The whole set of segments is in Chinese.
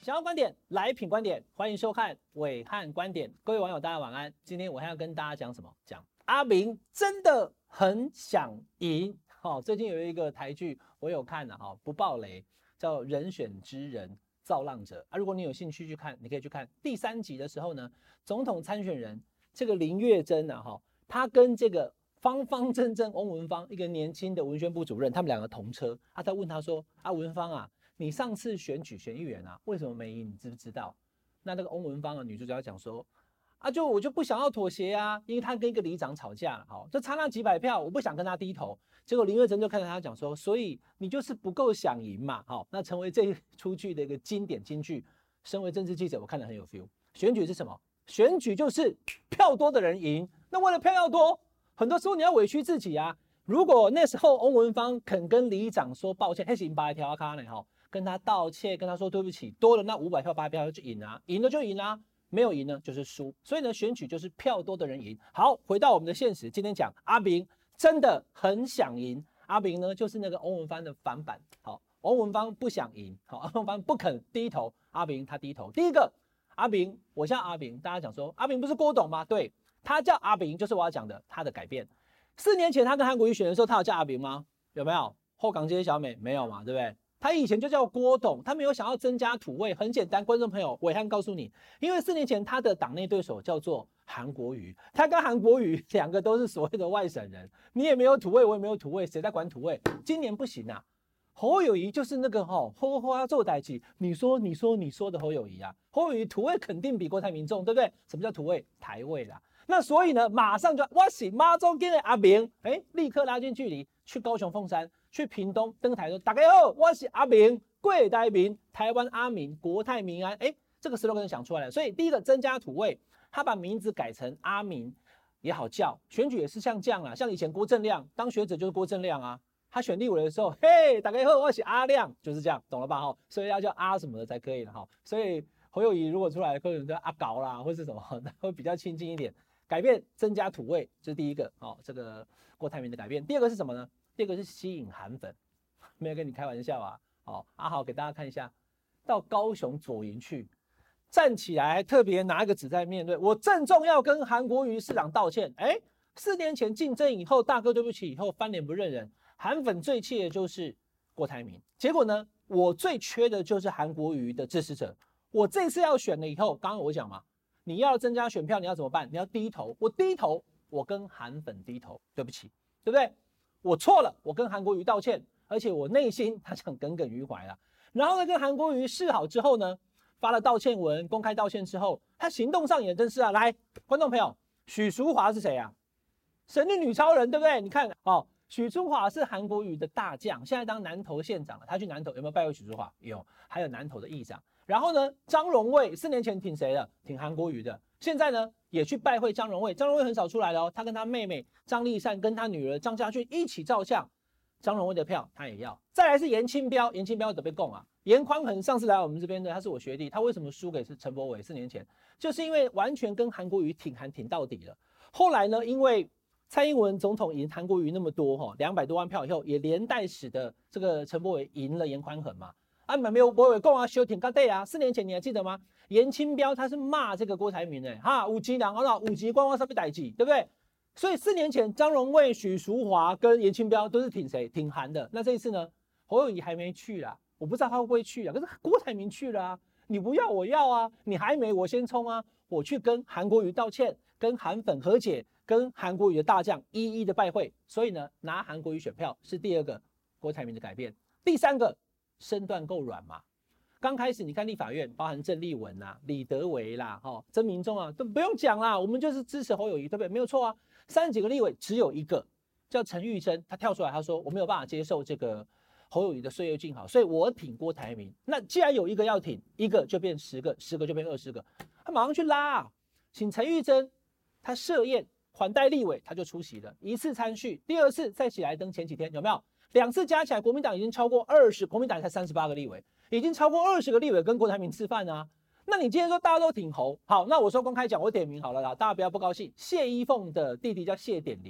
想要观点来品观点，欢迎收看暐瀚观点。各位网友，大家晚安。今天我还要跟大家讲什么？讲阿明真的很想赢。最近有一个台剧我有看不爆雷，叫《人选之人造浪者》如果你有兴趣去看，你可以去看第3集的时候呢，总统参选人这个林月珍他跟这个方方正正翁文方一个年轻的文宣部主任，他们两个同车。他问他说：文方你上次选举选议员为什么没赢？你知不知道？那个翁文方女主角讲说我就不想要妥协因为他跟一个里长吵架了，就差那几百票，我不想跟他低头。结果林月珍就看着他讲说，所以你就是不够想赢嘛，那成为这一出剧的一个经典金句。身为政治记者，我看得很有 feel。选举是什么？选举就是票多的人赢。那为了票要多，很多时候你要委屈自己如果那时候翁文方肯跟里长说抱歉，还是赢8条卡呢跟他道歉，跟他说对不起，多了那500票8票就赢赢了就赢没有赢呢就是输。所以呢，选举就是票多的人赢。好，回到我们的现实，今天讲阿明真的很想赢。阿明呢就是那个翁文方的反版。翁文方不想赢，翁文方不肯低头，阿明他低头。第一个，阿明，我叫阿明，大家讲说阿明不是郭董吗？对，他叫阿明，就是我要讲的他的改变。4年前他跟韩国瑜选的时候，他有叫阿明吗？有没有？后港街小美没有嘛，对不对？他以前就叫郭董，他没有想要增加土味。很简单，观众朋友，暐瀚告诉你，因为4年前他的党内对手叫做韩国瑜，他跟韩国瑜2个都是所谓的外省人，你也没有土味，我也没有土味，谁在管土味？今年不行侯友宜就是那个好做代志，你说的侯友宜侯友宜土味肯定比郭台铭重，对不对？什么叫土味？台味啦。那所以呢，马上就我是马中间的阿明，立刻拉近距离，去高雄凤山，去屏东登台说大家好，我是阿明，贵台民，台湾阿明，国泰民安。这个 slogan 想出来了。所以第一个增加土味，他把名字改成阿明也好叫，选举也是像这样像以前郭正亮当学者就是郭正亮他选立委的时候，嘿，大家好，我是阿亮，就是这样，懂了吧？所以要叫阿什么的才可以了所以侯友宜如果出来，可能叫阿高啦，或是什么，会比较亲近一点。改变增加土味，这是第一个这个郭台铭的改变。第二个是什么呢？第二个是吸引韩粉，没有跟你开玩笑阿豪给大家看一下，到高雄左营去站起来，还特别拿一个纸在面对，我郑重要跟韩国瑜市长道歉。4年前竞争以后，大哥对不起以后翻脸不认人，韩粉最气的就是郭台铭。结果呢，我最缺的就是韩国瑜的支持者。我这次要选了以后，刚刚我讲嘛。你要增加选票，你要怎么办？你要低头。我低头，我跟韩粉低头，对不起，对不对？我错了，我跟韩国瑜道歉，而且我内心他想耿耿于怀然后呢，跟韩国瑜示好之后呢，发了道歉文，公开道歉之后，他行动上也真是来，观众朋友，许淑华是谁神力女超人，对不对？你看许淑华是韩国瑜的大将，现在当南投县长了。他去南投有没有拜会许淑华？有，还有南投的议长。然后呢，张荣卫4年前挺谁的？挺韩国瑜的。现在呢，也去拜会张荣卫。张荣卫很少出来他跟他妹妹张丽善跟他女儿张家俊一起照相。张荣卫的票他也要。再来是严清标，严清标得被供严宽恒上次来我们这边的，他是我学弟，他为什么输给陈柏惟？4年前就是因为完全跟韩国瑜挺韩挺到底了。后来呢，因为蔡英文总统赢韩国瑜那么多200多万票以后，也连带使得这个陈柏惟赢了严宽恒嘛。没有柏惟讲修挺干对4年前你还记得吗？严清标他是骂这个郭台铭有钱人有钱关我什么代志，对不对？所以4年前张荣卫、许淑华跟严清标都是挺谁？挺韩的。那这一次呢，侯友宜还没去啦，我不知道他会不会去可是郭台铭去了你不要我要你还没我先冲我去跟韩国瑜道歉，跟韩粉和解，跟韩国瑜的大将一一的拜会。所以呢，拿韩国瑜选票是第二个郭台铭的改变。第三个，身段够软嘛。刚开始你看立法院，包含郑丽文李德维曾明忠都不用讲啦，我们就是支持侯友宜，对不对？没有错30几个立委只有一个叫陈玉珍，他跳出来他说我没有办法接受这个侯友宜的岁月静好，所以我挺郭台铭。那既然有一个要挺，一个就变10个，10个就变20个，他马上去拉请陈玉珍他设宴款待立委，他就出席了，1次参叙，第2次在喜来登前几天有没有？2次加起来，国民党已经超过20，国民党才38个立委，已经超过20个立委跟郭台铭吃饭那你今天说大家都挺侯，好，那我说公开讲，我点名好了啦，大家不要不高兴。谢依凤的弟弟叫谢点林，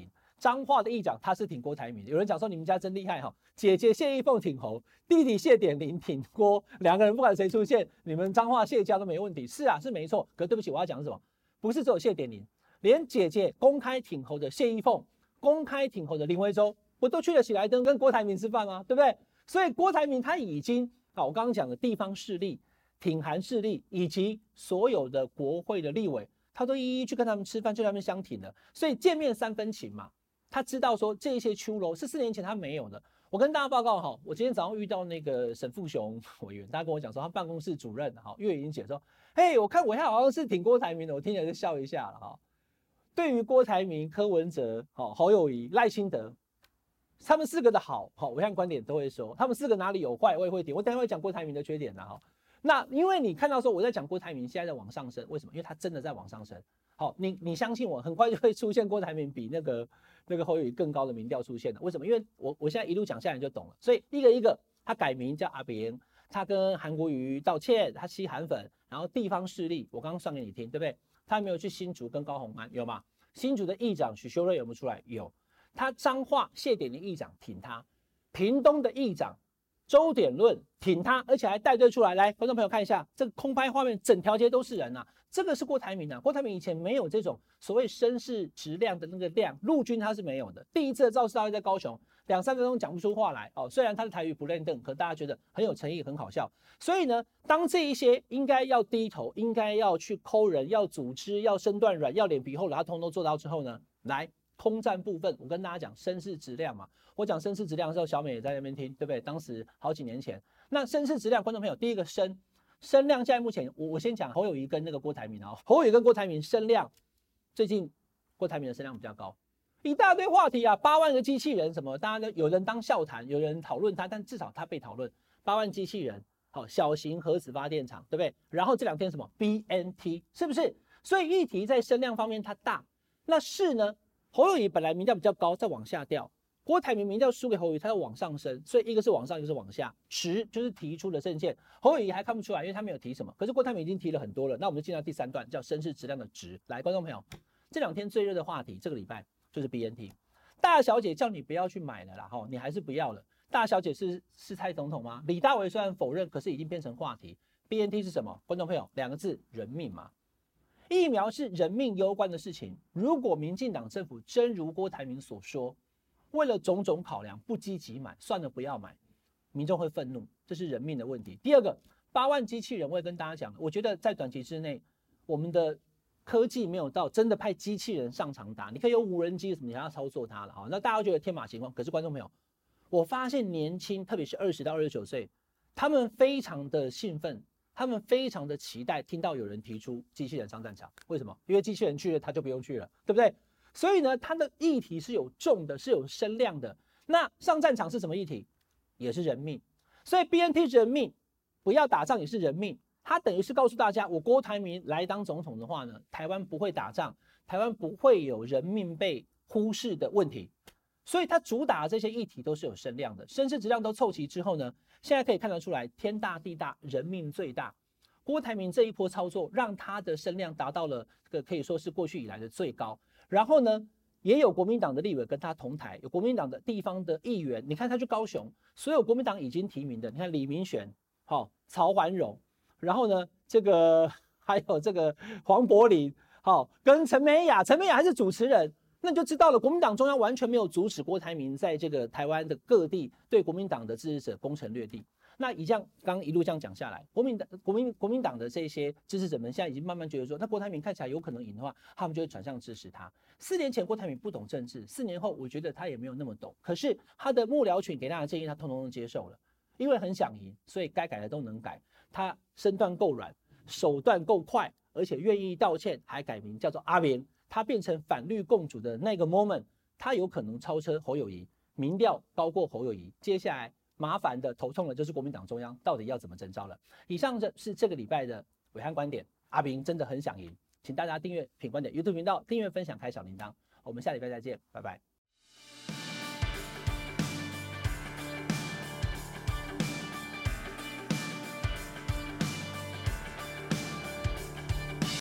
彰化的议长他是挺郭台铭的，有人讲说你们家真厉害哈，姐姐谢依凤挺侯，弟弟谢点林挺郭，两个人不管谁出现，你们彰化谢家都没问题。是啊，是没错。可对不起，我要讲什么？不是只有谢点林，连姐姐公开挺侯的谢依凤，公开挺侯的林维洲，不都去了喜来登跟郭台铭吃饭吗？对不对？所以郭台铭他已经我刚刚讲的地方势力、挺韩势力以及所有的国会的立委，他都一一去跟他们吃饭，去他们相挺了。所以见面三分情嘛。他知道说这些出篓是4年前他没有的。我跟大家报告哈，我今天早上遇到那个沈富雄委员，他跟我讲说他办公室主任岳云姐说，嘿，我看我好像是挺郭台铭的，我听起来就笑一下了哈。对于郭台铭、柯文哲、侯友宜、赖清德，他们4个的好，我看观点都会说，他们4个哪里有坏，我也会点。我等一下会讲郭台铭的缺点的哈。那因为你看到说我在讲郭台铭现在在往上升，为什么？因为他真的在往上升。好，你相信我，很快就会出现郭台铭比那个侯友宜更高的民调出现了。为什么？因为我现在一路讲下来就懂了。所以一个一个，他改名叫阿扁，他跟韩国瑜道歉，他吸韩粉，然后地方势力，我刚刚算给你听，对不对？他没有去新竹跟高虹安，有吗？新竹的议长许修睿有没有出来？有。他彰化谢点林议长挺他，屏东的议长周点论挺他，而且还带队出来。来，观众朋友看一下这个空拍画面，整条街都是人啊。这个是郭台铭啊，郭台铭以前没有这种所谓声势质量的那个量，陆军他是没有的。第一次的造势大会在高雄，2-3分钟讲不出话来虽然他的台语不练邓，可大家觉得很有诚意，很好笑。所以呢，当这一些应该要低头，应该要去抠人，要组织，要身段软，要脸皮厚的，他通通做到之后呢，来。空战部分，我跟大家讲声势质量嘛。我讲声势质量的时候，小美也在那边听，对不对？当时好几年前，那声势质量，观众朋友，第一个声量，现在目前我先讲侯友宜跟那个郭台铭侯友宜跟郭台铭声量，最近郭台铭的声量比较高，一大堆话题啊，8万个机器人什么，大家都有人当笑谈，有人讨论他，但至少他被讨论。8万机器人，小型核子发电厂，对不对？然后这2天什么 BNT， 是不是？所以议题在声量方面它大，那是呢？侯友宜本来民调比较高，再往下掉。郭台铭民调输给侯友宜，他要往上升，所以一个是往上，一个是往下。值就是提出的政见，侯友宜还看不出来，因为他没有提什么。可是郭台铭已经提了很多了。那我们就进到第3段，叫声势质量的值。来，观众朋友，这2天最热的话题，这个礼拜就是 BNT。大小姐叫你不要去买了啦，你还是不要了。大小姐是蔡总统吗？李大为虽然否认，可是已经变成话题。BNT 是什么？观众朋友，2个字，人命嘛。疫苗是人命攸关的事情，如果民进党政府真如郭台铭所说，为了种种考量不积极买，算了不要买，民众会愤怒，这是人命的问题。第二个，8万机器人，我也跟大家讲，我觉得在短期之内，我们的科技没有到真的派机器人上场打，你可以有无人机什么，你还要操作它了那大家觉得天马行空。可是观众朋友，我发现年轻，特别是20到29岁，他们非常的兴奋。他们非常的期待听到有人提出机器人上战场，为什么？因为机器人去了，他就不用去了，对不对？所以呢，他的议题是有重的，是有声量的。那上战场是什么议题？也是人命。所以 BNT 人命，不要打仗也是人命。他等于是告诉大家，我郭台铭来当总统的话呢，台湾不会打仗，台湾不会有人命被忽视的问题。所以他主打的这些议题都是有声量的，声势质量都凑齐之后呢，现在可以看得出来，天大地大，人命最大。郭台铭这一波操作，让他的声量达到了这个可以说是过去以来的最高。然后呢，也有国民党的立委跟他同台，有国民党的地方的议员，你看他去高雄，所有国民党已经提名的，你看李明玄、曹环荣，然后呢，这个还有这个黄柏林，跟陈美雅还是主持人。那你就知道了，国民党中央完全没有阻止郭台铭在这个台湾的各地对国民党的支持者攻城略地。那以这样刚一路这样讲下来，国民党的这些支持者们现在已经慢慢觉得说，那郭台铭看起来有可能赢的话，他们就会转向支持他。4年前郭台铭不懂政治，4年后我觉得他也没有那么懂，可是他的幕僚群给他的建议，他通通都接受了，因为很想赢，所以该改的都能改。他身段够软，手段够快，而且愿意道歉，还改名叫做阿扁。他变成反绿共主的那个 moment， 他有可能超车侯友宜，民调高过侯友宜。接下来麻烦的头痛的就是国民党中央到底要怎么征召了。以上是这个礼拜的暐瀚观点，阿扁真的很想赢，请大家订阅品观点 YouTube 频道，订阅分享开小铃铛，我们下礼拜再见，拜拜。